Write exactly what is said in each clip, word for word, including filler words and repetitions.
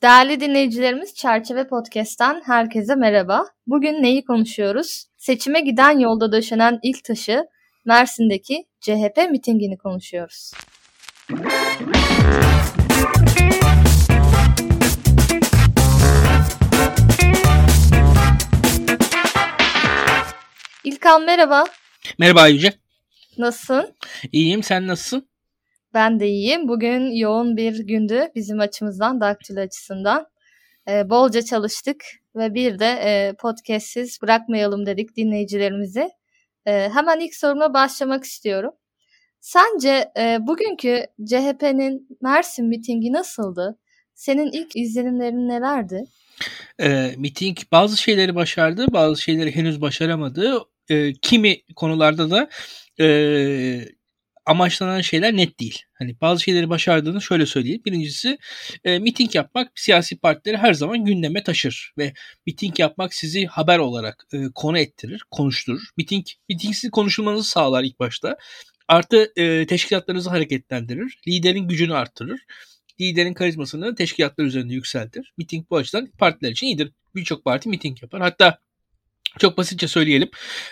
Değerli dinleyicilerimiz, Çerçeve Podcast'ten herkese merhaba. Bugün neyi konuşuyoruz? Seçime giden yolda döşenen ilk taşı, Mersin'deki C H P mitingini konuşuyoruz. İlkan merhaba. Merhaba Yüce. Nasılsın? İyiyim, sen nasılsın? Ben de iyiyim. Bugün yoğun bir gündü bizim açımızdan, Daktilo açısından. Ee, bolca çalıştık ve bir de e, podcastsiz bırakmayalım dedik dinleyicilerimizi. Ee, hemen ilk soruma başlamak istiyorum. Sence e, bugünkü C H P'nin Mersin mitingi nasıldı? Senin ilk izlenimlerin nelerdi? E, miting bazı şeyleri başardı, bazı şeyleri henüz başaramadı. E, kimi konularda da e, amaçlanan şeyler net değil. Hani bazı şeyleri başardığını şöyle söyleyeyim. Birincisi e, miting yapmak siyasi partileri her zaman gündeme taşır ve miting yapmak sizi haber olarak e, konu ettirir, konuşturur. Miting, miting sizi konuşulmanızı sağlar ilk başta. Artı e, teşkilatlarınızı hareketlendirir, liderin gücünü artırır. Liderin karizmasını teşkilatlar üzerinde yükseltir. Miting bu açıdan partiler için iyidir. Birçok parti miting yapar. Hatta çok basitçe söyleyelim.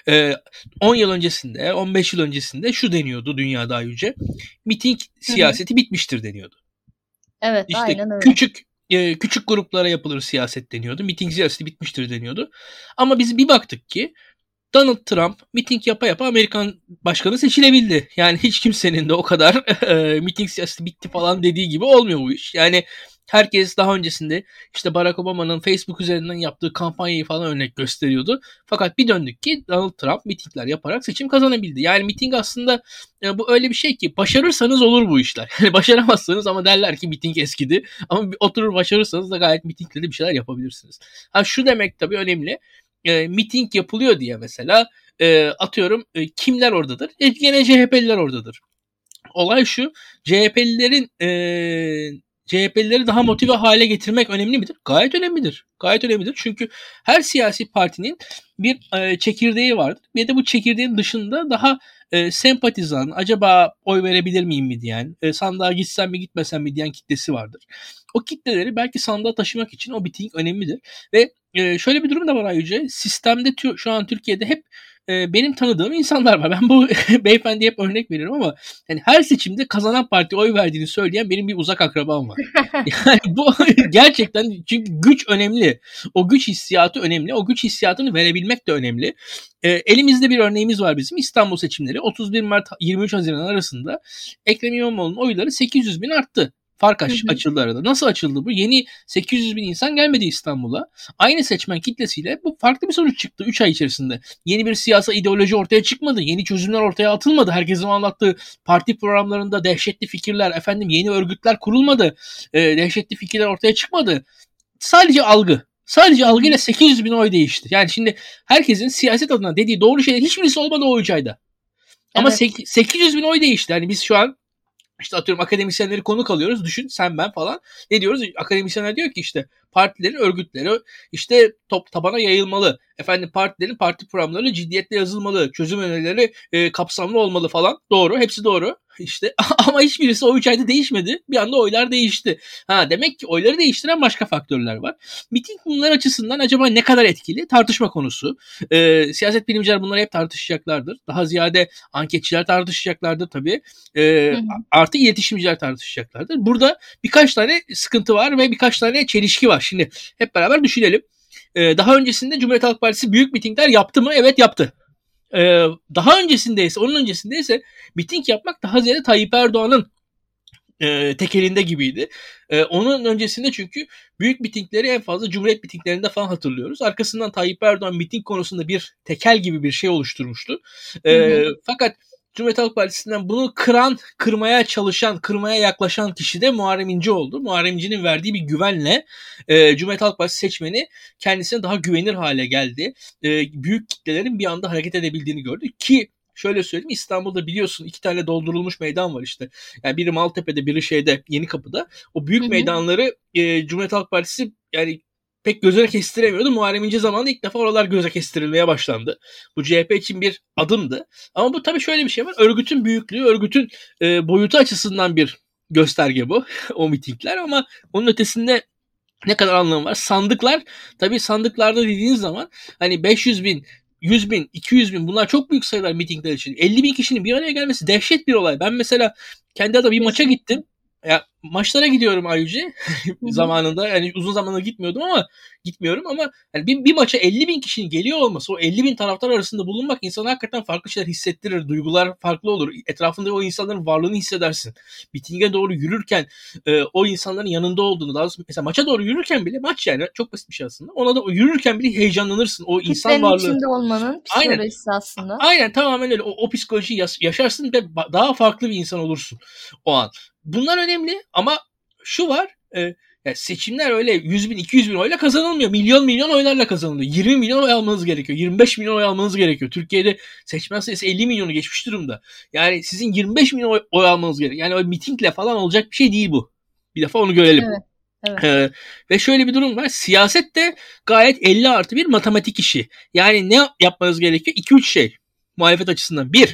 on yıl öncesinde, on beş yıl öncesinde şu deniyordu dünyada Yüce. Miting siyaseti bitmiştir deniyordu. Evet, işte aynen öyle. Küçük küçük gruplara yapılır siyaset deniyordu. Miting siyaseti bitmiştir deniyordu. Ama biz bir baktık ki Donald Trump miting yapa yapa Amerikan başkanı seçilebildi. Yani hiç kimsenin de o kadar e, miting siyaseti bitti falan dediği gibi olmuyor bu iş. Yani herkes daha öncesinde işte Barack Obama'nın Facebook üzerinden yaptığı kampanyayı falan örnek gösteriyordu. Fakat bir döndük ki Donald Trump mitingler yaparak seçim kazanabildi. Yani miting aslında e, bu öyle bir şey ki başarırsanız olur bu işler. Yani başaramazsanız ama derler ki miting eskidi. Ama oturur başarırsanız da gayet mitingle de bir şeyler yapabilirsiniz. Ha şu demek tabii önemli. E, miting yapılıyor diye mesela e, atıyorum e, kimler oradadır? E, yine C H P'liler oradadır. Olay şu, C H P'lilerin e, C H P'lileri daha motive hale getirmek önemli midir? Gayet önemlidir. Gayet önemlidir. Çünkü her siyasi partinin bir e, çekirdeği vardır. Ve de bu çekirdeğin dışında daha e, sempatizan, acaba oy verebilir miyim mi diyen, e, sandığa gitsem mi gitmesem mi diyen kitlesi vardır. O kitleleri belki sandığa taşımak için o miting önemlidir. Ve e, şöyle bir durum da var Ayyüce. Sistemde tü- şu an Türkiye'de hep e, benim tanıdığım insanlar var. Ben bu beyefendiye hep örnek veriyorum ama yani her seçimde kazanan parti oy verdiğini söyleyen benim bir uzak akrabam var. Yani bu gerçekten, çünkü güç önemli. O güç hissiyatı önemli. O güç hissiyatını verebilmek de önemli. E, elimizde bir örneğimiz var bizim. İstanbul seçimleri otuz bir Mart yirmi üç Haziran arasında Ekrem İmamoğlu'nun oyları sekiz yüz bin arttı. Fark aç- açıldı arada. Nasıl açıldı bu? Yeni sekiz yüz bin insan gelmedi İstanbul'a. Aynı seçmen kitlesiyle bu farklı bir sonuç çıktı üç ay içerisinde. Yeni bir siyasi ideoloji ortaya çıkmadı. Yeni çözümler ortaya atılmadı. Herkesin anlattığı parti programlarında dehşetli fikirler, efendim yeni örgütler kurulmadı. E, dehşetli fikirler ortaya çıkmadı. Sadece algı. Sadece algıyla sekiz yüz bin oy değişti. Yani şimdi herkesin siyaset adına dediği doğru şeyler hiçbirisi olmadı o üç ayda. Ama evet. sekiz yüz bin oy değişti. Yani biz şu an İşte atıyorum akademisyenleri konuk alıyoruz. Düşün sen ben falan. Ne diyoruz? Akademisyenler diyor ki işte partilerin örgütleri işte top tabana yayılmalı. Efendim partilerin parti programları ciddiyetle yazılmalı. Çözüm önerileri e, kapsamlı olmalı falan. Doğru. Hepsi doğru. İşte ama hiçbirisi o üç ayda değişmedi. Bir anda oylar değişti. Ha demek ki oyları değiştiren başka faktörler var. Miting bunlar açısından acaba ne kadar etkili? Tartışma konusu. Ee, siyaset bilimciler bunları hep tartışacaklardır. Daha ziyade anketçiler tartışacaklardır tabii. Ee, artı iletişimciler tartışacaklardır. Burada birkaç tane sıkıntı var ve birkaç tane çelişki var. Şimdi hep beraber düşünelim. Ee, daha öncesinde Cumhuriyet Halk Partisi büyük mitingler yaptı mı? Evet yaptı. Ee, daha öncesindeyse, onun öncesindeyse miting yapmak daha ziyade Tayyip Erdoğan'ın e, tekelinde gibiydi. E, onun öncesinde çünkü büyük mitingleri en fazla Cumhuriyet mitinglerinde falan hatırlıyoruz. Arkasından Tayyip Erdoğan miting konusunda bir tekel gibi bir şey oluşturmuştu. E, hı hı. Fakat Cumhuriyet Halk Partisi'nden bunu kıran, kırmaya çalışan, kırmaya yaklaşan kişi de Muharrem İnce oldu. Muharrem İnce'nin verdiği bir güvenle e, Cumhuriyet Halk Partisi seçmeni kendisine daha güvenir hale geldi. E, büyük kitlelerin bir anda hareket edebildiğini gördü ki şöyle söyleyeyim, İstanbul'da biliyorsun iki tane doldurulmuş meydan var işte. Yani biri Maltepe'de, biri şeyde Yenikapı'da. O büyük hı hı. meydanları e, Cumhuriyet Halk Partisi yani pek göze kestiremiyordu. Muharrem İnce zamanında ilk defa oralar göze kestirilmeye başlandı. Bu C H P için bir adımdı. Ama bu tabii şöyle bir şey var. Örgütün büyüklüğü, örgütün e, boyutu açısından bir gösterge bu. O mitingler ama onun ötesinde Ne kadar anlamı var? Sandıklar, tabii sandıklarda dediğiniz zaman hani beş yüz bin, yüz bin, iki yüz bin, bunlar çok büyük sayılar mitingler için. elli bin kişinin bir araya gelmesi dehşet bir olay. Ben mesela kendi adıma bir maça gittim. Ya maçlara gidiyorum Ayrıca zamanında, yani uzun zamandır gitmiyordum ama gitmiyorum ama yani bir, bir maça elli bin kişinin geliyor olması, o elli bin taraftar arasında bulunmak insana hakikaten farklı şeyler hissettirir. Duygular farklı olur. Etrafında o insanların varlığını hissedersin. Mitinge doğru yürürken e, o insanların yanında olduğunu, daha doğrusu mesela maça doğru yürürken bile, maç yani çok basit bir şey aslında. Ona da yürürken bile heyecanlanırsın. O insan Kitlenin varlığı. içinde olmanın psikolojisi Aynen. aslında. Aynen, tamamen öyle. O, o psikolojiyi yaşarsın ve daha farklı bir insan olursun o an. Bunlar önemli ama şu var, e, yani seçimler öyle yüz bin, iki yüz bin oyla kazanılmıyor. Milyon milyon oylarla kazanılıyor. yirmi milyon oy almanız gerekiyor. yirmi beş milyon oy almanız gerekiyor. Türkiye'de seçmen sayısı elli milyonu geçmiş durumda. Yani sizin yirmi beş milyon oy, oy almanız gerekiyor. Yani o mitingle falan olacak bir şey değil bu. Bir defa onu görelim. Evet. Evet. Ee, ve şöyle bir durum var. Siyaset de gayet elli artı bir matematik işi. Yani ne yapmanız gerekiyor? iki üç şey muhalefet açısından. Bir,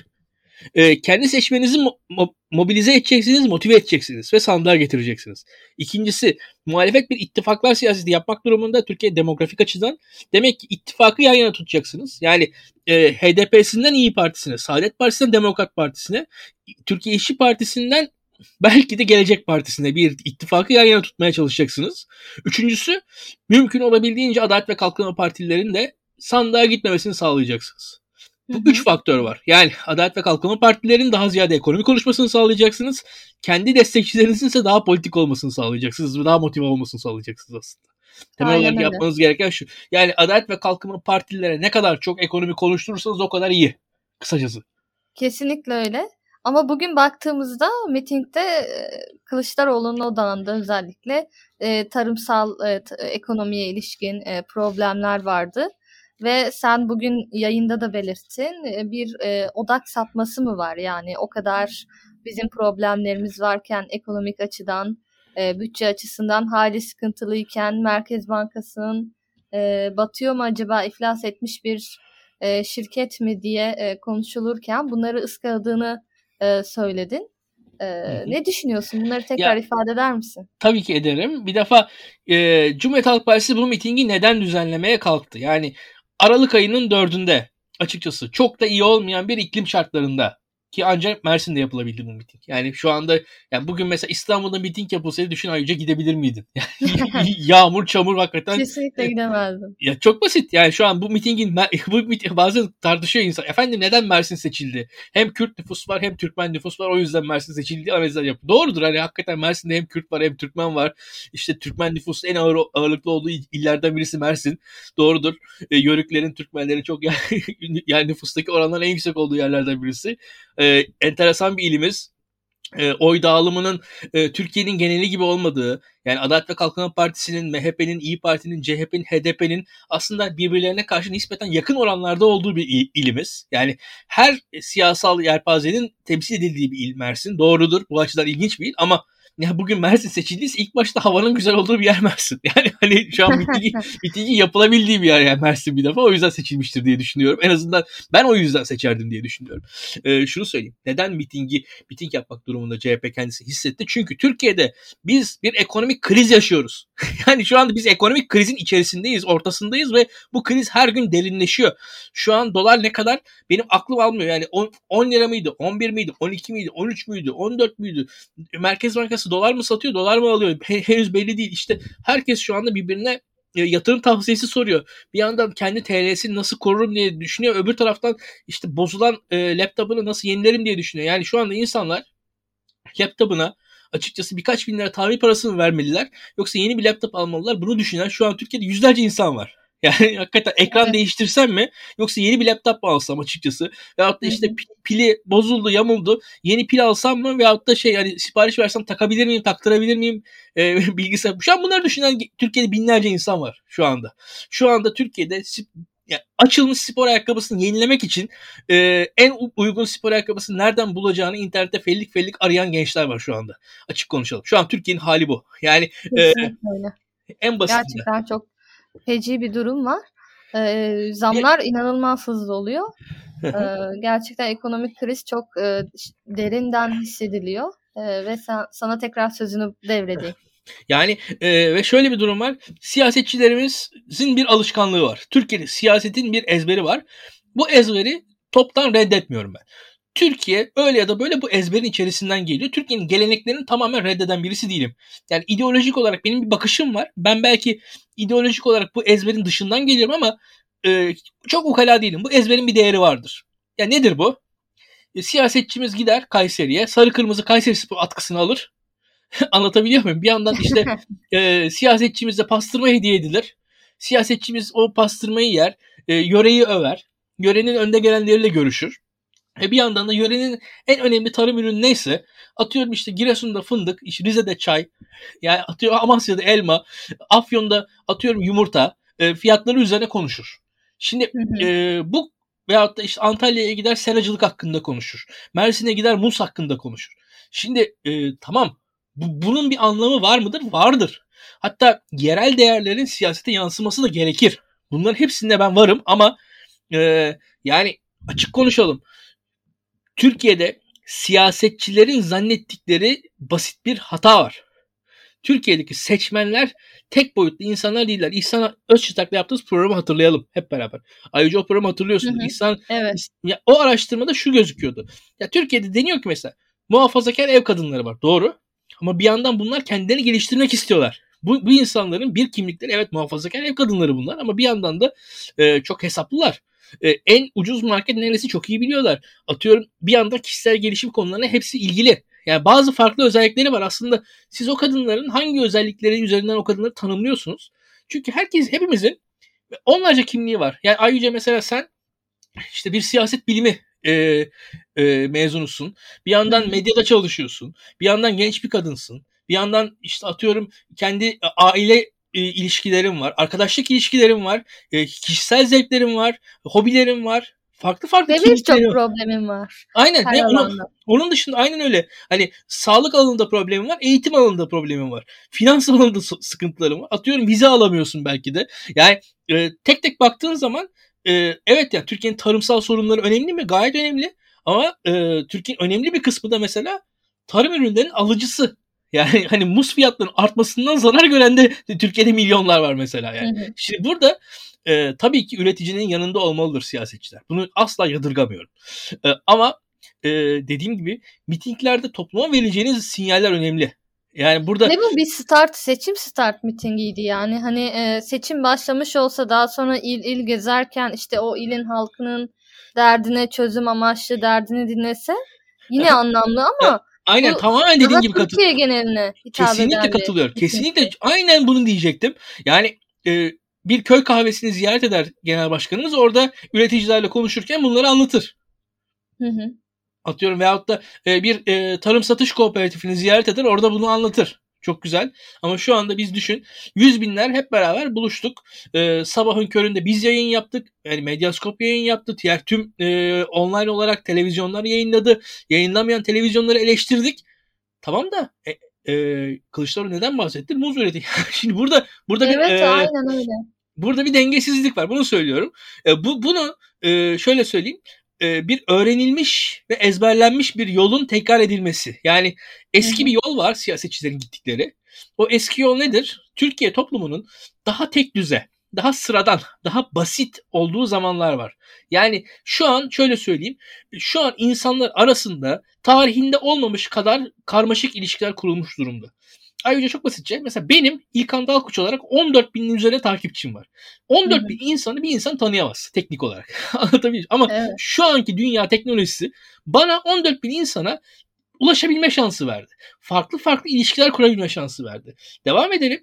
e, kendi seçmeninizi mo- mo- mobilize edeceksiniz, motive edeceksiniz ve sandığa getireceksiniz. İkincisi, muhalefet bir ittifaklar siyaseti yapmak durumunda Türkiye demografik açıdan. Demek ki ittifakı yan yana tutacaksınız. Yani e, H D P'sinden İyi Partisi'ne, Saadet Partisi'nden Demokrat Partisi'ne, Türkiye İşçi Partisi'nden belki de Gelecek Partisi'ne bir ittifakı yan yana tutmaya çalışacaksınız. Üçüncüsü, mümkün olabildiğince Adalet ve Kalkınma Partililerin de sandığa gitmemesini sağlayacaksınız. Bu hı hı. Üç faktör var. Yani Adalet ve Kalkınma Partilerinin daha ziyade ekonomik konuşmasını sağlayacaksınız. Kendi destekçilerinizin ise daha politik olmasını sağlayacaksınız ve daha motive olmasını sağlayacaksınız aslında. Temel Aynen olarak öyle. yapmanız gereken şu. Yani Adalet ve Kalkınma Partililere ne kadar çok ekonomi konuşturursanız o kadar iyi. Kısacası. Kesinlikle öyle. Ama bugün baktığımızda mitingde Kılıçdaroğlu'nun odağında özellikle e, tarımsal e, t- ekonomiye ilişkin e, problemler vardı. Ve sen bugün yayında da belirttin, e, bir e, odak sapması mı var? Yani o kadar bizim problemlerimiz varken ekonomik açıdan, e, bütçe açısından hali sıkıntılıyken Merkez Bankası'nın e, batıyor mu acaba, iflas etmiş bir e, şirket mi diye e, konuşulurken bunları ıskaladığını e, söyledin. E, ne düşünüyorsun? Bunları tekrar ya, ifade eder misin? Tabii ki ederim. Bir defa e, Cumhuriyet Halk Partisi bu mitingi neden düzenlemeye kalktı? Yani Aralık ayının dördünde açıkçası çok da iyi olmayan bir iklim şartlarında, ki ancak Mersin'de yapılabildi bu miting. Yani şu anda, yani bugün mesela İstanbul'da miting yapılsaydı düşün ayrıca gidebilir miydin? Yani yağmur, çamur hakikaten. Kesinlikle gidemezdim. Ya çok basit. Yani şu an bu mitingin bu miting, bazen tartışıyor insan. Efendim neden Mersin seçildi? Hem Kürt nüfus var hem Türkmen nüfus var. O yüzden Mersin seçildi. Analizler yapıyor. Doğrudur. Hani hakikaten Mersin'de hem Kürt var hem Türkmen var. İşte Türkmen nüfusu en ağır ağırlıklı olduğu illerden birisi Mersin. Doğrudur. E, Yörüklerin, Türkmenlerin çok yani, yani nüfustaki oranların en yüksek olduğu yerlerden birisi. E, enteresan bir ilimiz. E, oy dağılımının e, Türkiye'nin geneli gibi olmadığı, yani Adalet ve Kalkınma Partisi'nin, M H P'nin, İyi Parti'nin, C H P'nin, H D P'nin aslında birbirlerine karşı nispeten yakın oranlarda olduğu bir il, ilimiz. Yani her siyasal yelpazenin temsil edildiği bir il Mersin. Doğrudur. Bu açıdan ilginç bir il ama ya bugün Mersin seçildiyse ilk başta havanın güzel olduğu bir yer Mersin. Yani hani şu an mitingi, mitingi yapılabildiği bir yer yani Mersin bir defa. O yüzden seçilmiştir diye düşünüyorum. En azından ben o yüzden seçerdim diye düşünüyorum. Ee, şunu söyleyeyim. Neden mitingi, miting yapmak durumunda C H P kendisi hissetti? Çünkü Türkiye'de biz bir ekonomik kriz yaşıyoruz. Yani şu anda biz ekonomik krizin içerisindeyiz, ortasındayız ve bu kriz her gün derinleşiyor. Şu an dolar ne kadar? Benim aklım almıyor. Yani on lira mıydı? on bir miydi? on iki miydi? on üç müydü? on dört müydü? Merkez Bankası dolar mı satıyor, dolar mı alıyor? Henüz belli değil. İşte herkes şu anda birbirine yatırım tavsiyesi soruyor. Bir yandan kendi T L'sini nasıl korurum diye düşünüyor. Öbür taraftan işte bozulan e, laptopunu nasıl yenilerim diye düşünüyor. Yani şu anda insanlar laptopuna açıkçası birkaç bin lira tahvil parası mı vermeliler? Yoksa yeni bir laptop almalılar. Bunu düşünen şu an Türkiye'de yüzlerce insan var. Yani hakikaten ekran evet. değiştirsem mi yoksa yeni bir laptop mu alsam açıkçası, veyahut da işte pili bozuldu, yamuldu, yeni pil alsam mı, veyahut da şey hani sipariş versem takabilir miyim, taktırabilir miyim e, bilgisayar. Şu an bunları düşünen Türkiye'de binlerce insan var şu anda. Şu anda Türkiye'de yani açılmış spor ayakkabısını yenilemek için e, en uygun spor ayakkabısını nereden bulacağını internette fellik fellik arayan gençler var şu anda. Açık konuşalım. Şu an Türkiye'nin hali bu. Yani e, en basit. Gerçekten çok feci bir durum var. Ee, zamlar inanılmaz hızlı oluyor. Ee, gerçekten ekonomik kriz çok e, derinden hissediliyor. Ee, ve sen, sana tekrar sözünü devredeyim. Yani e, ve şöyle bir durum var. Siyasetçilerimizin bir alışkanlığı var. Türkiye'de siyasetin bir ezberi var. Bu ezberi toptan reddetmiyorum ben. Türkiye öyle ya da böyle bu ezberin içerisinden geliyor. Türkiye'nin geleneklerini tamamen reddeden birisi değilim. Yani ideolojik olarak benim bir bakışım var. Ben belki ideolojik olarak bu ezberin dışından geliyorum ama e, çok ukala değilim. Bu ezberin bir değeri vardır. Ya nedir bu? E, siyasetçimiz gider Kayseri'ye. Sarı kırmızı Kayserispor atkısını alır. Anlatabiliyor muyum? Bir yandan işte e, siyasetçimize pastırma hediye edilir. Siyasetçimiz o pastırmayı yer. E, yöreyi över. Yörenin önde gelenleriyle görüşür. E bir yandan da yörenin en önemli tarım ürünü neyse, atıyorum işte Giresun'da fındık, işte Rize'de çay, yani atıyorum Amasya'da elma, Afyon'da atıyorum yumurta e, fiyatları üzerine konuşur. Şimdi Hı hı. e, bu veyahut da işte Antalya'ya gider seracılık hakkında konuşur. Mersin'e gider muz hakkında konuşur. Şimdi e, tamam bu, bunun bir anlamı var mıdır? Vardır. Hatta yerel değerlerin siyasete yansıması da gerekir. Bunların hepsinde ben varım ama e, yani açık konuşalım. Türkiye'de siyasetçilerin zannettikleri basit bir hata var. Türkiye'deki seçmenler tek boyutlu insanlar değiller. İhsan Özçıtak'la yaptığımız programı hatırlayalım hep beraber. Ayrıca o programı hatırlıyorsunuz. İhsan, evet. ya, o araştırmada şu gözüküyordu. Ya Türkiye'de deniyor ki mesela muhafazakar ev kadınları var. Doğru. Ama bir yandan bunlar kendilerini geliştirmek istiyorlar. Bu, bu insanların bir kimlikleri, evet muhafazakar ev kadınları bunlar ama bir yandan da e, çok hesaplılar. E, en ucuz market neresi çok iyi biliyorlar. Atıyorum bir yandan kişisel gelişim konularına hepsi ilgili. Yani bazı farklı özellikleri var. Aslında siz o kadınların hangi özellikleri üzerinden o kadınları tanımlıyorsunuz? Çünkü herkes, hepimizin onlarca kimliği var. Yani ayrıca mesela sen işte bir siyaset bilimi e, e, mezunusun. Bir yandan medyada çalışıyorsun. Bir yandan genç bir kadınsın. Bir yandan işte atıyorum kendi aile e, ilişkilerim var. Arkadaşlık ilişkilerim var. E, kişisel zevklerim var. Hobilerim var. Farklı farklı Ve kimliklerim birçok var. problemim var. Aynen. Her Ve onu, alanda. onun dışında aynen öyle. Hani sağlık alanında problemim var. Eğitim alanında problemim var. Finans alanında sıkıntılarım var. Atıyorum vize alamıyorsun belki de. Yani e, tek tek baktığın zaman e, evet yani Türkiye'nin tarımsal sorunları önemli mi? Gayet önemli. Ama e, Türkiye'nin önemli bir kısmı da mesela tarım ürünlerinin alıcısı. Yani hani muz fiyatlarının artmasından zarar gören de Türkiye'de milyonlar var mesela yani. Hı hı. Şimdi burada e, tabii ki üreticinin yanında olmalıdır siyasetçiler. Bunu asla yadırgamıyorum. E, ama e, dediğim gibi mitinglerde topluma vereceğiniz sinyaller önemli. Yani burada ne bu bir start seçim start mitingiydi yani hani e, seçim başlamış olsa daha sonra il il gezerken işte o ilin halkının derdine çözüm amaçlı derdini dinlese yine anlamlı ama aynen bu tamamen dediğin gibi Türkiye geneline hitap kesinlikle eden katılıyorum. bir Kesinlikle mitingdi. aynen bunu diyecektim. Yani e, bir köy kahvesini ziyaret eder genel başkanımız, orada üreticilerle konuşurken bunları anlatır. Hı hı. Atıyorum veyahut da e, bir e, tarım satış kooperatifini ziyaret eder, orada bunu anlatır. Çok güzel. Ama şu anda biz düşün, yüz binler hep beraber buluştuk. E, sabahın köründe biz yayın yaptık. Yani Medyaskop yayın yaptı. Diğer tüm e, online olarak televizyonlar yayınladı. Yayınlamayan televizyonları eleştirdik. Tamam da e, e, Kılıçdaroğlu neden bahsetti? Muz üretiyor. Şimdi burada burada evet, bir e, aynen öyle. Burada bir dengesizlik var. Bunu söylüyorum. E, bu bunu e, şöyle söyleyeyim. E, bir öğrenilmiş ve ezberlenmiş bir yolun tekrar edilmesi. Yani eski bir yol var siyasetçilerin gittikleri. O eski yol nedir? Türkiye toplumunun daha tek düze, daha sıradan, daha basit olduğu zamanlar var. Yani şu an şöyle söyleyeyim. Şu an insanlar arasında tarihinde olmamış kadar karmaşık ilişkiler kurulmuş durumda. Ayrıca çok basitçe mesela benim İlkan Dalkuç olarak on dört binin üzerine takipçim var. on dört bin insanı bir insan tanıyamaz teknik olarak. Anlatabiliyor. Ama evet, şu anki dünya teknolojisi bana on dört bin insana ulaşabilme şansı verdi. Farklı farklı ilişkiler kurabilme şansı verdi. Devam edelim.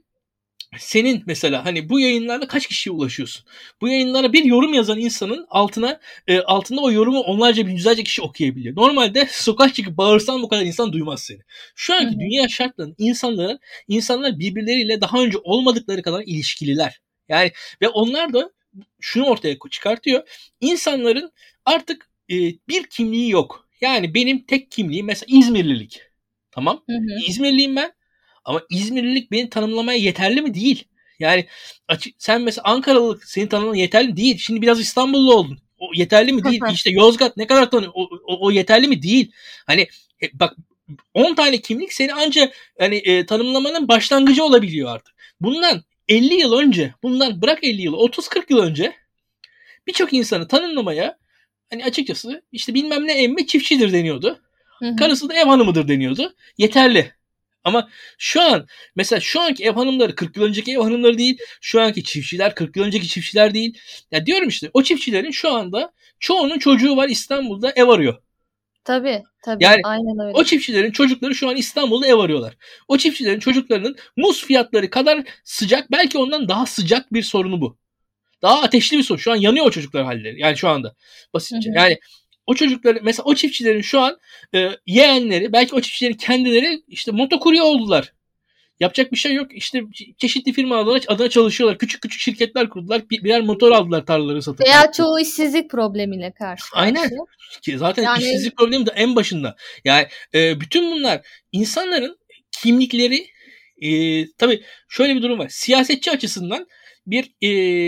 Senin mesela hani bu yayınlarla kaç kişiye ulaşıyorsun? Bu yayınlara bir yorum yazan insanın altına e, altında o yorumu onlarca bin yüzlerce kişi okuyabiliyor. Normalde sokağa çıkıp bağırsan bu kadar insan duymaz seni. Şu anki Hı-hı. dünya şartlarında insanların insanlar birbirleriyle daha önce olmadıkları kadar ilişkililer. Yani ve onlar da şunu ortaya çıkartıyor. İnsanların artık e, bir kimliği yok. Yani benim tek kimliğim mesela İzmirlilik. Tamam? Hı-hı. İzmirliyim ben. Ama İzmirlilik beni tanımlamaya yeterli mi? Değil. Yani açık, sen mesela Ankaralılık seni tanımlamaya yeterli değil. Şimdi biraz İstanbullu oldun. O yeterli mi? Değil. İşte Yozgat ne kadar tanıyor? O, o, o yeterli mi? Değil. Hani bak on tane kimlik seni ancak hani e, tanımlamanın başlangıcı olabiliyor artık. Bundan elli yıl önce, bundan bırak elli yıl, otuz kırk yıl önce birçok insanı tanımlamaya hani açıkçası işte bilmem ne emme çiftçidir deniyordu. Hı hı. Karısı da ev hanımıdır deniyordu. Yeterli. Ama şu an mesela şu anki ev hanımları kırk yıl önceki ev hanımları değil. Şu anki çiftçiler kırk yıl önceki çiftçiler değil. Ya diyorum işte o çiftçilerin şu anda çoğunun çocuğu var İstanbul'da ev arıyor. Tabii tabii. Yani aynen öyle. O çiftçilerin çocukları şu an İstanbul'da ev arıyorlar. O çiftçilerin çocuklarının muz fiyatları kadar sıcak, belki ondan daha sıcak bir sorunu bu. Daha ateşli bir sorun. Şu an yanıyor o çocuklar halleri. Yani şu anda basitçe. Hı hı. Yani o çocukları mesela o çiftçilerin şu an e, yeğenleri, belki o çiftçilerin kendileri işte motokurye oldular. Yapacak bir şey yok. İşte çeşitli firmalar adına çalışıyorlar. Küçük küçük şirketler kurdular. Birer motor aldılar tarlaları satıp. Veya çoğu işsizlik problemiyle karşı karşıya. Aynen. Zaten yani... işsizlik problemi de en başında. Yani e, bütün bunlar insanların kimlikleri e, tabii şöyle bir durum var. Siyasetçi açısından bir e,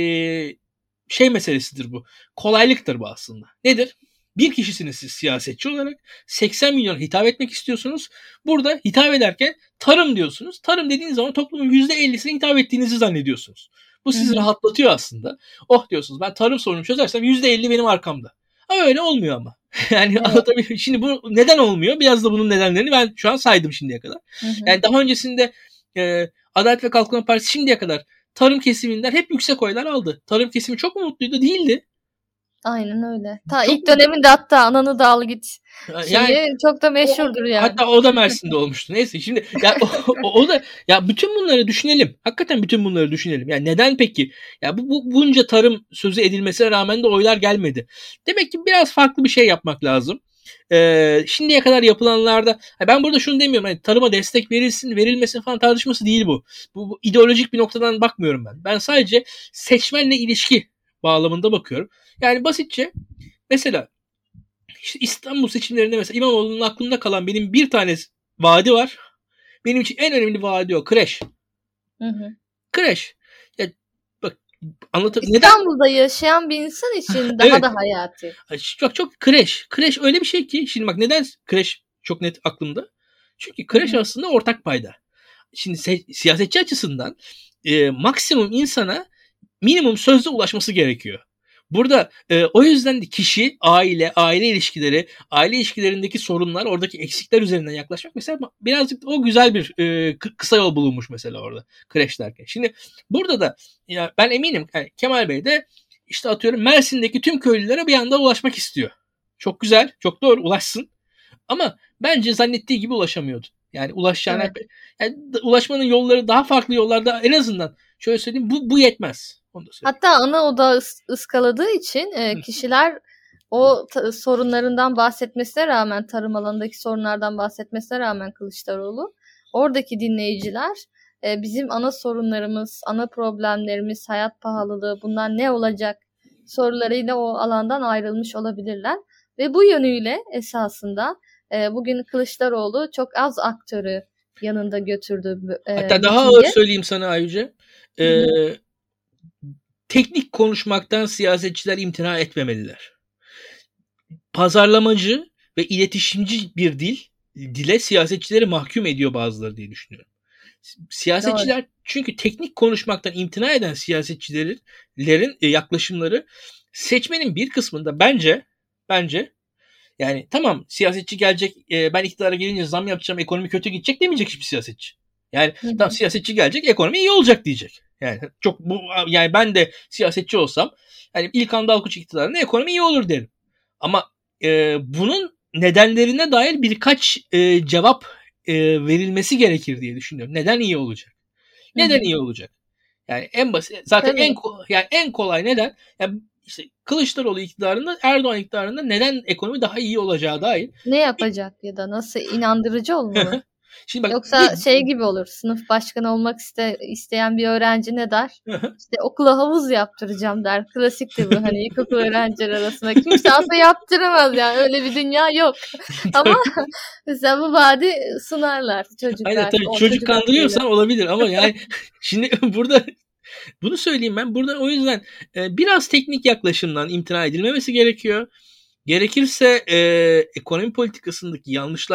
şey meselesidir bu. Kolaylıktır bu aslında. Nedir? Bir kişisiniz siz siyasetçi olarak. seksen milyon hitap etmek istiyorsunuz. Burada hitap ederken tarım diyorsunuz. Tarım dediğiniz zaman toplumun yüzde ellisine hitap ettiğinizi zannediyorsunuz. Bu sizi Hı-hı. rahatlatıyor aslında. Oh diyorsunuz, ben tarım sorunu çözersem yüzde elli benim arkamda. Ama öyle olmuyor ama. Yani evet. Anlatabiliyor. Şimdi bu neden olmuyor? Biraz da bunun nedenlerini ben şu an saydım şimdiye kadar. Hı-hı. Yani daha öncesinde e, Adalet ve Kalkınma Partisi şimdiye kadar tarım kesiminden hep yüksek oylar aldı. Tarım kesimi çok mu mutluydu? Değildi. Aynen öyle. Ta çok ilk döneminde hatta ananı dağıl git şeyi yani, çok da meşhurdur yani. Hatta o da Mersin'de olmuştu. Neyse şimdi ya o, o, o da ya bütün bunları düşünelim. Hakikaten bütün bunları düşünelim. Yani neden peki? Ya bu, bu bunca tarım sözü edilmesine rağmen de oylar gelmedi. Demek ki biraz farklı bir şey yapmak lazım. Ee, şimdiye kadar yapılanlarda ben burada şunu demiyorum, hani tarıma destek verilsin verilmesin falan tartışması değil bu. Bu, bu ideolojik bir noktadan bakmıyorum ben. Ben sadece seçmenle ilişki bağlamında bakıyorum. Yani basitçe mesela işte İstanbul seçimlerinde mesela İmamoğlu'nun aklında kalan benim bir tane vaadi var. Benim için en önemli vaadi o. Kreş. Hı hı. Kreş. Ya, bak anlatayım. İstanbul'da neden? Yaşayan bir insan için daha evet. da hayati. Çok çok kreş. Kreş öyle bir şey ki şimdi bak neden kreş çok net aklımda. Çünkü kreş hı hı. aslında ortak payda. Şimdi se- siyasetçi açısından e, maksimum insana minimum sözde ulaşması gerekiyor. Burada e, o yüzden de kişi, aile, aile ilişkileri, aile ilişkilerindeki sorunlar, oradaki eksikler üzerinden yaklaşmak mesela birazcık o güzel bir e, kısa yol bulunmuş mesela orada kreş derken. Şimdi burada da ya ben eminim yani Kemal Bey de işte atıyorum Mersin'deki tüm köylülere bir anda ulaşmak istiyor. Çok güzel, çok doğru, ulaşsın. Ama bence zannettiği gibi ulaşamıyordu. Yani ulaşacağına evet. yani ulaşmanın yolları daha farklı yollarda, en azından şöyle söyleyeyim, bu bu yetmez. Hatta ana oda ıskaladığı için e, kişiler o ta- sorunlarından bahsetmesine rağmen, tarım alanındaki sorunlardan bahsetmesine rağmen Kılıçdaroğlu, oradaki dinleyiciler e, bizim ana sorunlarımız, ana problemlerimiz, hayat pahalılığı, bunlar ne olacak sorularıyla o alandan ayrılmış olabilirler. Ve bu yönüyle esasında e, bugün Kılıçdaroğlu çok az aktörü yanında götürdü. E, Hatta daha ağır söyleyeyim sana Ayrıca. Ee, teknik konuşmaktan siyasetçiler imtina etmemeliler. Pazarlamacı ve iletişimci bir dil, dile siyasetçileri mahkum ediyor bazıları diye düşünüyorum. Siyasetçiler Doğru. çünkü teknik konuşmaktan imtina eden siyasetçilerin yaklaşımları seçmenin bir kısmında bence bence yani tamam siyasetçi gelecek, ben iktidara gelince zam yapacağım, ekonomi kötü gidecek demeyecek hiçbir siyasetçi. Yani hı hı. tamam siyasetçi gelecek, ekonomi iyi olacak diyecek. Yani çok bu yani ben de siyasetçi olsam yani İlkan Dalkuç iktidarında ekonomi iyi olur derim. Ama e, bunun nedenlerine dair birkaç e, cevap e, verilmesi gerekir diye düşünüyorum. Neden iyi olacak? Neden Hı-hı. iyi olacak? Yani en basit zaten Tabii. en yani en kolay neden? Yani işte Kılıçdaroğlu iktidarında, Erdoğan iktidarında neden ekonomi daha iyi olacağı dair. Ne yapacak ya da nasıl inandırıcı olmalı? Şimdi bak, Yoksa bir... şey gibi olur. Sınıf başkanı olmak iste, isteyen bir öğrenci ne der? İşte okula havuz yaptıracağım der. Klasiktir bu, hani ilkokul öğrenciler arasında. Kimse aslında yaptıramaz yani. Öyle bir dünya yok. Ama mesela bu vaadi sunarlar çocuklar. Aynen tabii çocuk, çocuk kandırıyorsan olabilir ama yani şimdi burada bunu söyleyeyim ben. Burada o yüzden e, biraz teknik yaklaşımdan imtina edilmemesi gerekiyor. Gerekirse e, ekonomi politikasındaki yanlışlar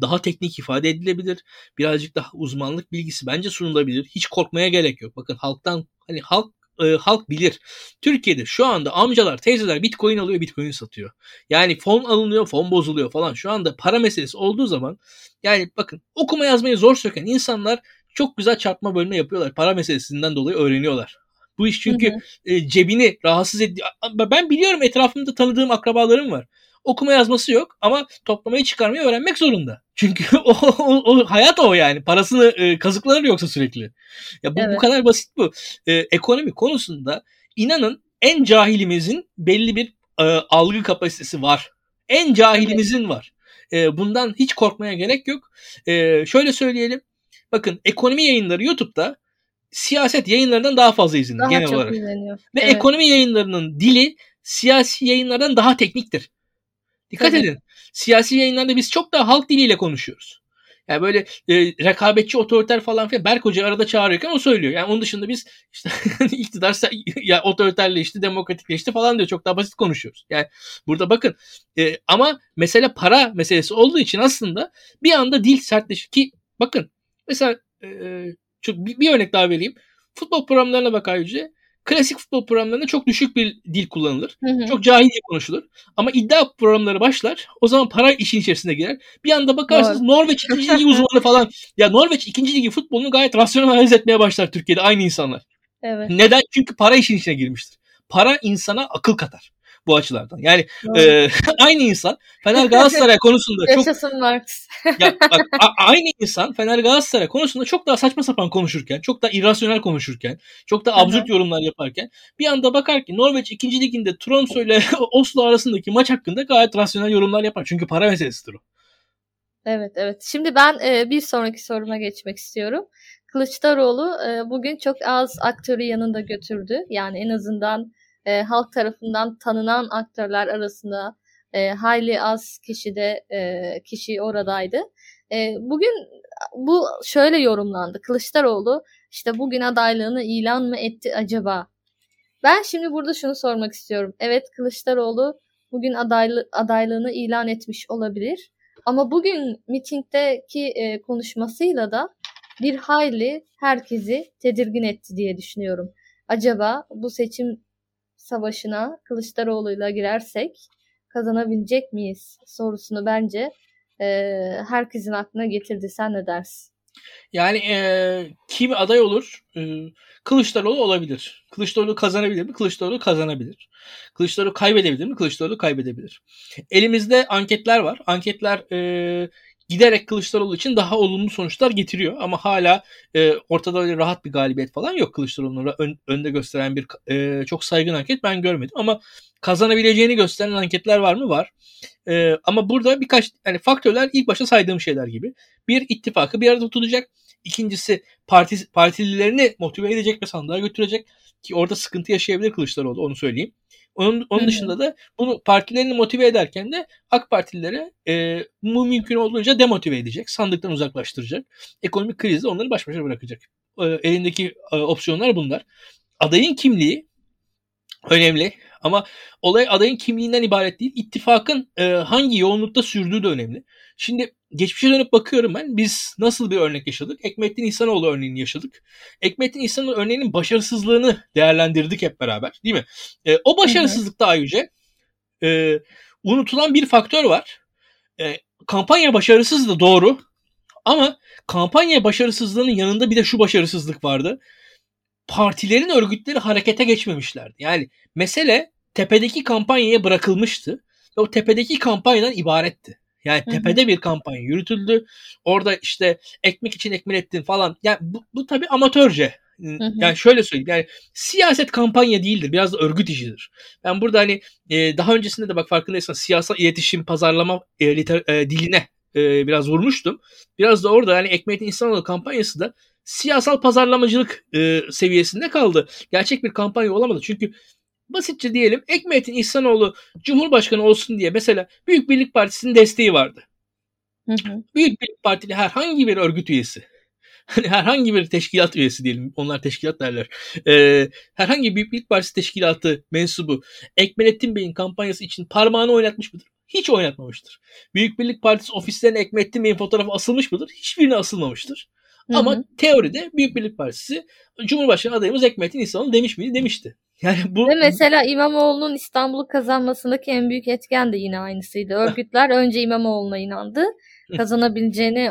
daha teknik ifade edilebilir. Birazcık daha uzmanlık bilgisi bence sunulabilir. Hiç korkmaya gerek yok. Bakın halktan hani halk e, halk bilir. Türkiye'de şu anda amcalar, teyzeler Bitcoin alıyor, Bitcoin satıyor. Yani fon alınıyor, fon bozuluyor falan. Şu anda para meselesi olduğu zaman yani bakın okuma yazmayı zor söken insanlar çok güzel çarpma bölme yapıyorlar. Para meselesinden dolayı öğreniyorlar. Bu iş çünkü hı hı. E, cebini rahatsız ediyor. Ben biliyorum, etrafımda tanıdığım akrabalarım var. Okuma yazması yok ama toplamayı çıkarmayı öğrenmek zorunda. Çünkü o, o, o hayat o yani. Parasını e, kazıklanır yoksa sürekli. Ya bu, evet. bu kadar basit bu. E, ekonomi konusunda inanın en cahilimizin belli bir e, algı kapasitesi var. En cahilimizin evet. var. E, bundan hiç korkmaya gerek yok. E, şöyle söyleyelim. Bakın ekonomi yayınları YouTube'da siyaset yayınlarından daha fazla izlenir genel çok olarak. izleniyor. Ve evet. ekonomi yayınlarının dili siyasi yayınlardan daha tekniktir. Dikkat Tabii. edin. Siyasi yayınlarda biz çok daha halk diliyle konuşuyoruz. Yani böyle e, rekabetçi, otoriter falan filan. Berk Hoca arada çağırıyorken o söylüyor. Yani onun dışında biz işte iktidar ya otoriterleşti, demokratikleşti falan diyor. Çok daha basit konuşuyoruz. Yani burada bakın e, ama mesele para meselesi olduğu için aslında bir anda dil sertleşir ki bakın mesela e, çok bir, bir örnek daha vereyim. Futbol programlarına bak ayrıca. Klasik futbol programlarında çok düşük bir dil kullanılır. Hı hı. Çok cahilce konuşulur. Ama iddia programları başlar. O zaman para işin içerisine girer. Bir anda bakarsınız Doğru. Norveç ikinci ligi uzmanı falan. Ya Norveç ikinci ligi futbolunu gayet rasyonel analiz etmeye başlar Türkiye'de aynı insanlar. Evet. Neden? Çünkü para işin içine girmiştir. Para insana akıl katar. Bu açılardan. Yani e, aynı insan Fener Galatasaray konusunda çok... Yaşasın Marx. ya bak a- aynı insan Fener Galatasaray konusunda çok daha saçma sapan konuşurken, çok daha irrasyonel konuşurken, çok daha absürt yorumlar yaparken bir anda bakar ki Norveç ikinci liginde Tromsø ile Oslo arasındaki maç hakkında gayet rasyonel yorumlar yapar. Çünkü para meselesidir o. Evet evet. Şimdi ben e, bir sonraki soruma geçmek istiyorum. Kılıçdaroğlu e, bugün çok az aktörü yanında götürdü. Yani en azından e, halk tarafından tanınan aktörler arasında e, hayli az kişi de e, kişi oradaydı. E, bugün bu şöyle yorumlandı. Kılıçdaroğlu işte bugün adaylığını ilan mı etti acaba? Ben şimdi burada şunu sormak istiyorum. Evet, Kılıçdaroğlu bugün adaylı, adaylığını ilan etmiş olabilir. Ama bugün mitingdeki e, konuşmasıyla da bir hayli herkesi tedirgin etti diye düşünüyorum. Acaba bu seçim savaşına Kılıçdaroğlu'yla girersek kazanabilecek miyiz sorusunu bence e, herkesin aklına getirdi. Sen ne dersin? Yani e, kim aday olur? E, Kılıçdaroğlu olabilir. Kılıçdaroğlu kazanabilir mi? Kılıçdaroğlu kazanabilir. Kılıçdaroğlu kaybedebilir mi? Kılıçdaroğlu kaybedebilir. Elimizde anketler var. Anketler e, giderek Kılıçdaroğlu için daha olumlu sonuçlar getiriyor. Ama hala e, ortada öyle rahat bir galibiyet falan yok. Kılıçdaroğlu'nu ön, önde gösteren bir e, çok saygın anket ben görmedim. Ama kazanabileceğini gösteren anketler var mı? Var. Ee, ama burada birkaç yani faktörler ilk başta saydığım şeyler gibi. Bir, ittifakı bir arada tutacak. İkincisi parti, partililerini motive edecek ve sandığa götürecek. Ki orada sıkıntı yaşayabilir Kılıçdaroğlu, onu söyleyeyim. Onun, onun dışında da bunu partilerini motive ederken de AK Partililere e, mümkün olduğunca demotive edecek. Sandıktan uzaklaştıracak. Ekonomik krizde onları baş başa bırakacak. E, elindeki e, opsiyonlar bunlar. Adayın kimliği önemli. Ama olay adayın kimliğinden ibaret değil. İttifakın e, hangi yoğunlukta sürdüğü de önemli. Şimdi geçmişe dönüp bakıyorum ben. Biz nasıl bir örnek yaşadık? Ekmettin İhsanoğlu örneğini yaşadık. Ekmettin İhsanoğlu örneğinin başarısızlığını değerlendirdik hep beraber. Değil mi? E, o başarısızlıkta ayrıca e, unutulan bir faktör var. E, kampanya başarısızdı, doğru. Ama kampanya başarısızlığının yanında bir de şu başarısızlık vardı. Partilerin örgütleri harekete geçmemişlerdi. Yani mesele tepedeki kampanyaya bırakılmıştı. Ve o tepedeki kampanyadan ibaretti. Yani tepede hı hı. bir kampanya yürütüldü. Orada işte ekmek için Ekmelettin falan. Yani bu, bu tabii amatörce. Hı hı. Yani şöyle söyleyeyim. Yani siyaset kampanya değildir. Biraz da örgüt işidir. Ben burada hani e, daha öncesinde de bak farkındaysan siyasal iletişim, pazarlama e, liter, e, diline e, biraz vurmuştum. Biraz da orada yani Ekmelettin İhsanoğlu kampanyası da siyasal pazarlamacılık e, seviyesinde kaldı. Gerçek bir kampanya olamadı. Çünkü basitçe diyelim Ekmettin İhsanoğlu Cumhurbaşkanı olsun diye mesela Büyük Birlik Partisi'nin desteği vardı. Hı hı. Büyük Birlik Partili herhangi bir örgüt üyesi, hani herhangi bir teşkilat üyesi diyelim, onlar teşkilat derler. Ee, herhangi bir Büyük Birlik Partisi teşkilatı mensubu Ekmelettin Bey'in kampanyası için parmağını oynatmış mıdır? Hiç oynatmamıştır. Büyük Birlik Partisi ofislerine Ekmettin Bey'in fotoğrafı asılmış mıdır? Hiçbirine asılmamıştır. Hı Ama hı. teoride Büyük Birlik Partisi Cumhurbaşkanı adayımız Ekmettin İhsanoğlu demiş miydi? Demişti. Yani bu Ve mesela İmamoğlu'nun İstanbul'u kazanmasındaki en büyük etken de yine aynısıydı. Örgütler önce İmamoğlu'na inandı. Kazanabileceğine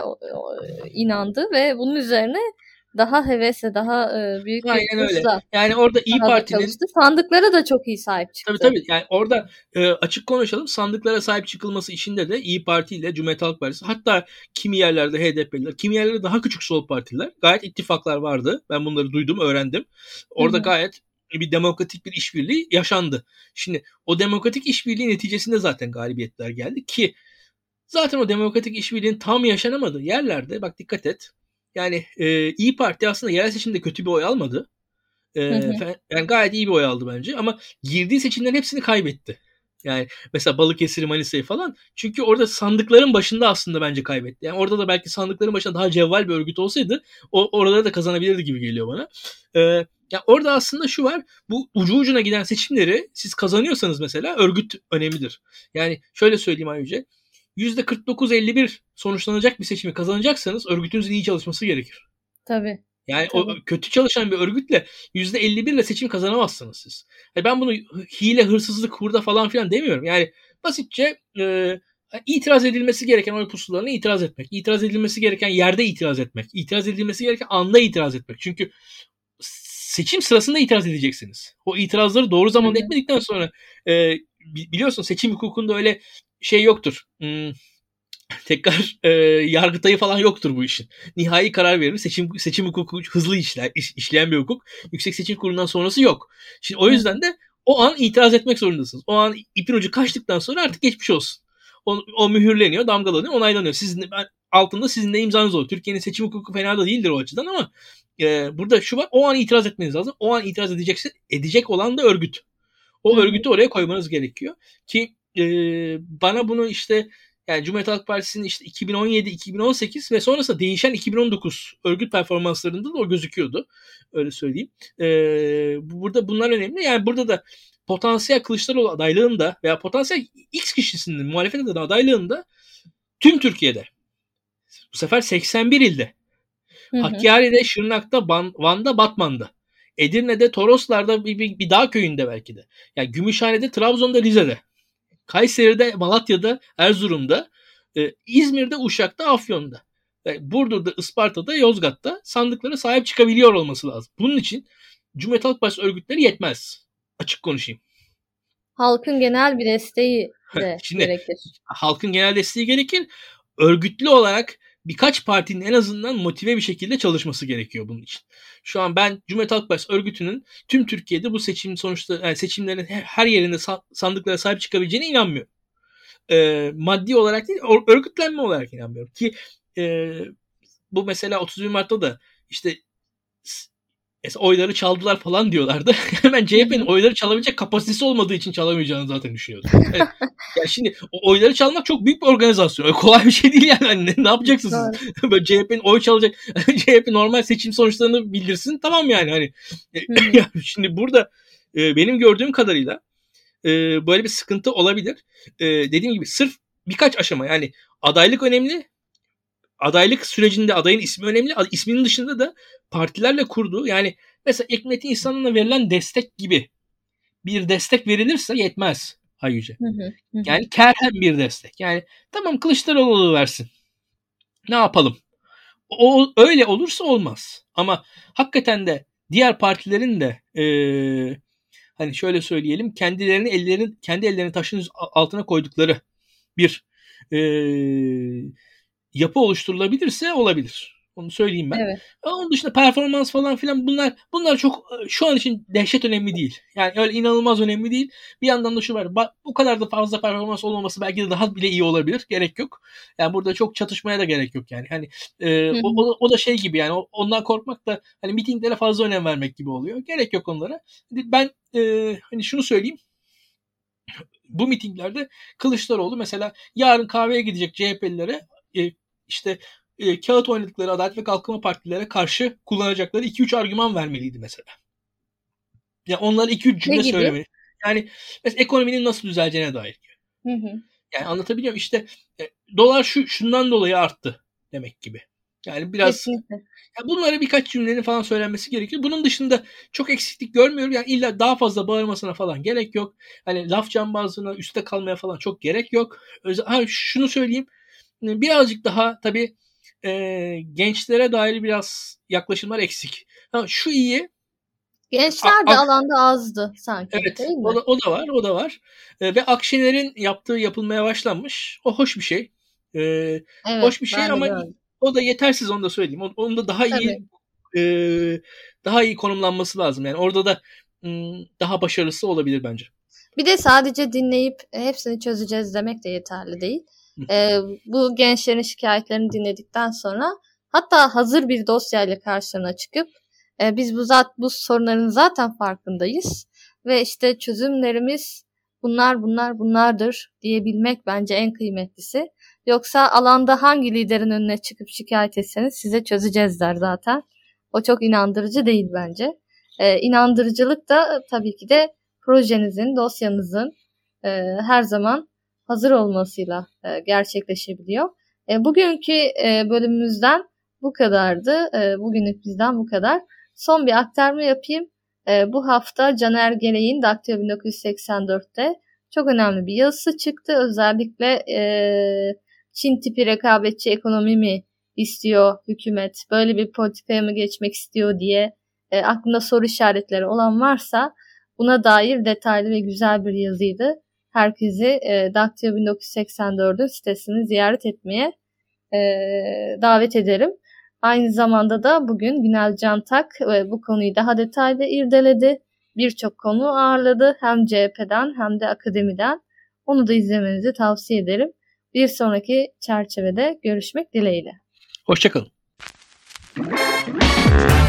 inandı ve bunun üzerine daha hevesle, daha büyük bir aynen öyle. kursla Yani orada İyi Parti'nin çalıştı. Sandıklara da çok iyi sahip çıktı. Tabii tabii. Yani orada e, açık konuşalım. Sandıklara sahip çıkılması içinde de İyi Parti ile Cumhuriyet Halk Partisi, hatta kimi yerlerde H D P'liler, kimi yerlerde daha küçük sol partiler, gayet ittifaklar vardı. Ben bunları duydum, öğrendim. Orada hı hı. gayet bir demokratik bir işbirliği yaşandı. Şimdi o demokratik işbirliği neticesinde zaten galibiyetler geldi ki zaten o demokratik işbirliğinin tam yaşanamadığı yerlerde, bak dikkat et. Yani e, İyi Parti aslında yerel seçimde kötü bir oy almadı. Ee, hı hı. Yani gayet iyi bir oy aldı bence ama girdiği seçimlerin hepsini kaybetti. Yani mesela Balıkesir, Manisa'yı falan. Çünkü orada sandıkların başında aslında bence kaybetti. Yani orada da belki sandıkların başında daha cevval bir örgüt olsaydı o oraları da kazanabilirdi gibi geliyor bana. Ee, ya orada aslında şu var. Bu ucu ucuna giden seçimleri siz kazanıyorsanız mesela örgüt önemlidir. Yani şöyle söyleyeyim ayrıca. yüzde kırk dokuz elli bir sonuçlanacak bir seçimi kazanacaksanız örgütünüzün iyi çalışması gerekir. Tabii. Yani Tabii. o kötü çalışan bir örgütle yüzde elli bir ile seçim kazanamazsınız siz. Yani ben bunu hile, hırsızlık, hurda falan filan demiyorum. Yani basitçe e, itiraz edilmesi gereken oy pusulalarına itiraz etmek. İtiraz edilmesi gereken yerde itiraz etmek. İtiraz edilmesi gereken anda itiraz etmek. Çünkü seçim sırasında itiraz edeceksiniz. O itirazları doğru zamanda Hı-hı. etmedikten sonra e, biliyorsun seçim hukukunda öyle şey yoktur. Hmm. Tekrar e, yargıtayı falan yoktur bu işin. Nihai karar verir. Seçim seçim hukuku hızlı işler, iş, işleyen bir hukuk. Yüksek Seçim Kurulu'ndan sonrası yok. Şimdi o yüzden de o an itiraz etmek zorundasınız. O an ipin ucu kaçtıktan sonra artık geçmiş olsun. O, o mühürleniyor, damgalanıyor, onaylanıyor. Sizin de, altında sizin de imzanız olur. Türkiye'nin seçim hukuku fena da değildir o açıdan ama e, burada şu var. O an itiraz etmeniz lazım. O an itiraz edecekse edecek olan da örgüt. O Hı-hı. örgütü oraya koymanız gerekiyor. Ki e, bana bunu işte yani Cumhuriyet Halk Partisi'nin işte iki bin on yedi iki bin on sekiz ve sonrasında değişen iki bin on dokuz örgüt performanslarında da o gözüküyordu. Öyle söyleyeyim. Ee, burada bunlar önemli. Yani burada da potansiyel Kılıçdaroğlu adaylığında veya potansiyel X kişisinin muhalefet adayı adaylığında tüm Türkiye'de bu sefer seksen bir ilde hı hı. Hakkari'de, Şırnak'ta, Van'da, Batman'da, Edirne'de, Toroslar'da, bir, bir, bir dağ köyünde belki de. Yani Gümüşhane'de, Trabzon'da, Rize'de. Kayseri'de, Malatya'da, Erzurum'da, e, İzmir'de, Uşak'ta, Afyon'da, e, Burdur'da, Isparta'da, Yozgat'ta sandıklara sahip çıkabiliyor olması lazım. Bunun için Cumhuriyet Halk Partisi örgütleri yetmez. Açık konuşayım. Halkın genel bir desteği de Şimdi, gerekir. Halkın genel desteği gerekir. Örgütlü olarak birkaç partinin en azından motive bir şekilde çalışması gerekiyor bunun için. Şu an ben Cumhuriyet Halk Partisi örgütünün tüm Türkiye'de bu seçim sonuçta yani seçimlerin her yerinde sandıklara sahip çıkabileceğine inanmıyorum. Ee, maddi olarak değil, örgütlenme olarak inanmıyorum. Ki e, bu mesela otuz bir Mart'ta da işte oyları çaldılar falan diyorlardı. Hemen C H P'nin oyları çalabilecek kapasitesi olmadığı için çalamayacağını zaten düşünüyordum. Yani, yani şimdi o oyları çalmak çok büyük bir organizasyon. Öyle kolay bir şey değil yani. Hani ne, ne yapacaksınız siz? Böyle C H P'nin oy çalacak. C H P normal seçim sonuçlarını bildirsin. Tamam yani hani. Yani şimdi burada e, benim gördüğüm kadarıyla e, böyle bir sıkıntı olabilir. E, dediğim gibi sırf birkaç aşama yani adaylık önemli. Adaylık sürecinde adayın ismi önemli. İsminin dışında da partilerle kurduğu yani mesela Ekmet İhsanoğlu'na verilen destek gibi bir destek verilirse yetmez Hayyüce. Hı hı, hı. Yani kerhen bir destek. Yani tamam Kılıçdaroğlu versin. Ne yapalım? O öyle olursa olmaz. Ama hakikaten de diğer partilerin de ee, hani şöyle söyleyelim kendilerini ellerini kendi ellerini taşın altına koydukları bir eee yapı oluşturulabilirse olabilir. Onu söyleyeyim ben. Evet. Onun dışında performans falan filan bunlar bunlar çok şu an için dehşet önemli değil. Yani öyle inanılmaz önemli değil. Bir yandan da şu var. Bu kadar da fazla performans olmaması belki de daha bile iyi olabilir. Gerek yok. Yani burada çok çatışmaya da gerek yok yani. Hani e, o, o da şey gibi yani ondan korkmak da hani mitinglere fazla önem vermek gibi oluyor. Gerek yok onlara. Ben e, hani şunu söyleyeyim. Bu mitinglerde Kılıçdaroğlu mesela yarın kahveye gidecek C H P'lilere e, işte e, kağıt oynadıkları Adalet ve Kalkınma Partilere karşı kullanacakları iki üç argüman vermeliydi mesela. Ya yani onlara iki üç cümle söylemeli. Yani mesela ekonominin nasıl düzeleceğine dair. Hı hı. Yani anlatabiliyor muyum? İşte e, dolar şu şundan dolayı arttı demek gibi. Yani biraz Kesinlikle. ya bunlara birkaç cümlenin falan söylenmesi gerekiyor. Bunun dışında çok eksiklik görmüyorum. Yani illa daha fazla bağırmasına falan gerek yok. Hani laf cambazlığına, üstte kalmaya falan çok gerek yok. Özel, ha, şunu söyleyeyim. Birazcık daha tabii e, gençlere dair biraz yaklaşımlar eksik. Ha, şu iyi. Gençler de Ak- alanda azdı sanki. Evet, Değil mi? o da, o da var, o da var. E, ve Akşener'in yaptığı yapılmaya başlanmış. O hoş bir şey. E, Evet, hoş bir şey ben de ama gördüm. o da yetersiz, onu da söyleyeyim. O- Onun da daha iyi Tabii. e, daha iyi konumlanması lazım. Yani orada da m, daha başarılısı olabilir bence. Bir de sadece dinleyip hepsini çözeceğiz demek de yeterli değil. Ee, bu gençlerin şikayetlerini dinledikten sonra hatta hazır bir dosyayla karşılarına çıkıp e, biz bu zat bu sorunların zaten farkındayız ve işte çözümlerimiz bunlar bunlar bunlardır diyebilmek bence en kıymetlisi. Yoksa alanda hangi liderin önüne çıkıp şikayet etseniz size çözeceğiz der zaten. O çok inandırıcı değil bence. Ee, inandırıcılık da tabii ki de projenizin, dosyanızın e, her zaman hazır olmasıyla e, gerçekleşebiliyor. E, bugünkü e, bölümümüzden bu kadardı. E, bugünlük bizden bu kadar. Son bir aktarma yapayım. E, bu hafta Caner Gereğin Daktilo bin dokuz yüz seksen dörtte çok önemli bir yazısı çıktı. Özellikle e, Çin tipi rekabetçi ekonomi mi istiyor hükümet, böyle bir politikaya mı geçmek istiyor diye e, aklında soru işaretleri olan varsa buna dair detaylı ve güzel bir yazıydı. Herkesi e, Daktilo bin dokuz yüz seksen dördün sitesini ziyaret etmeye e, davet ederim. Aynı zamanda da bugün Günel Cantak e, bu konuyu daha detaylı irdeledi. Birçok konu ağırladı. Hem C H P'den hem de akademiden. Onu da izlemenizi tavsiye ederim. Bir sonraki çerçevede görüşmek dileğiyle. Hoşça kalın.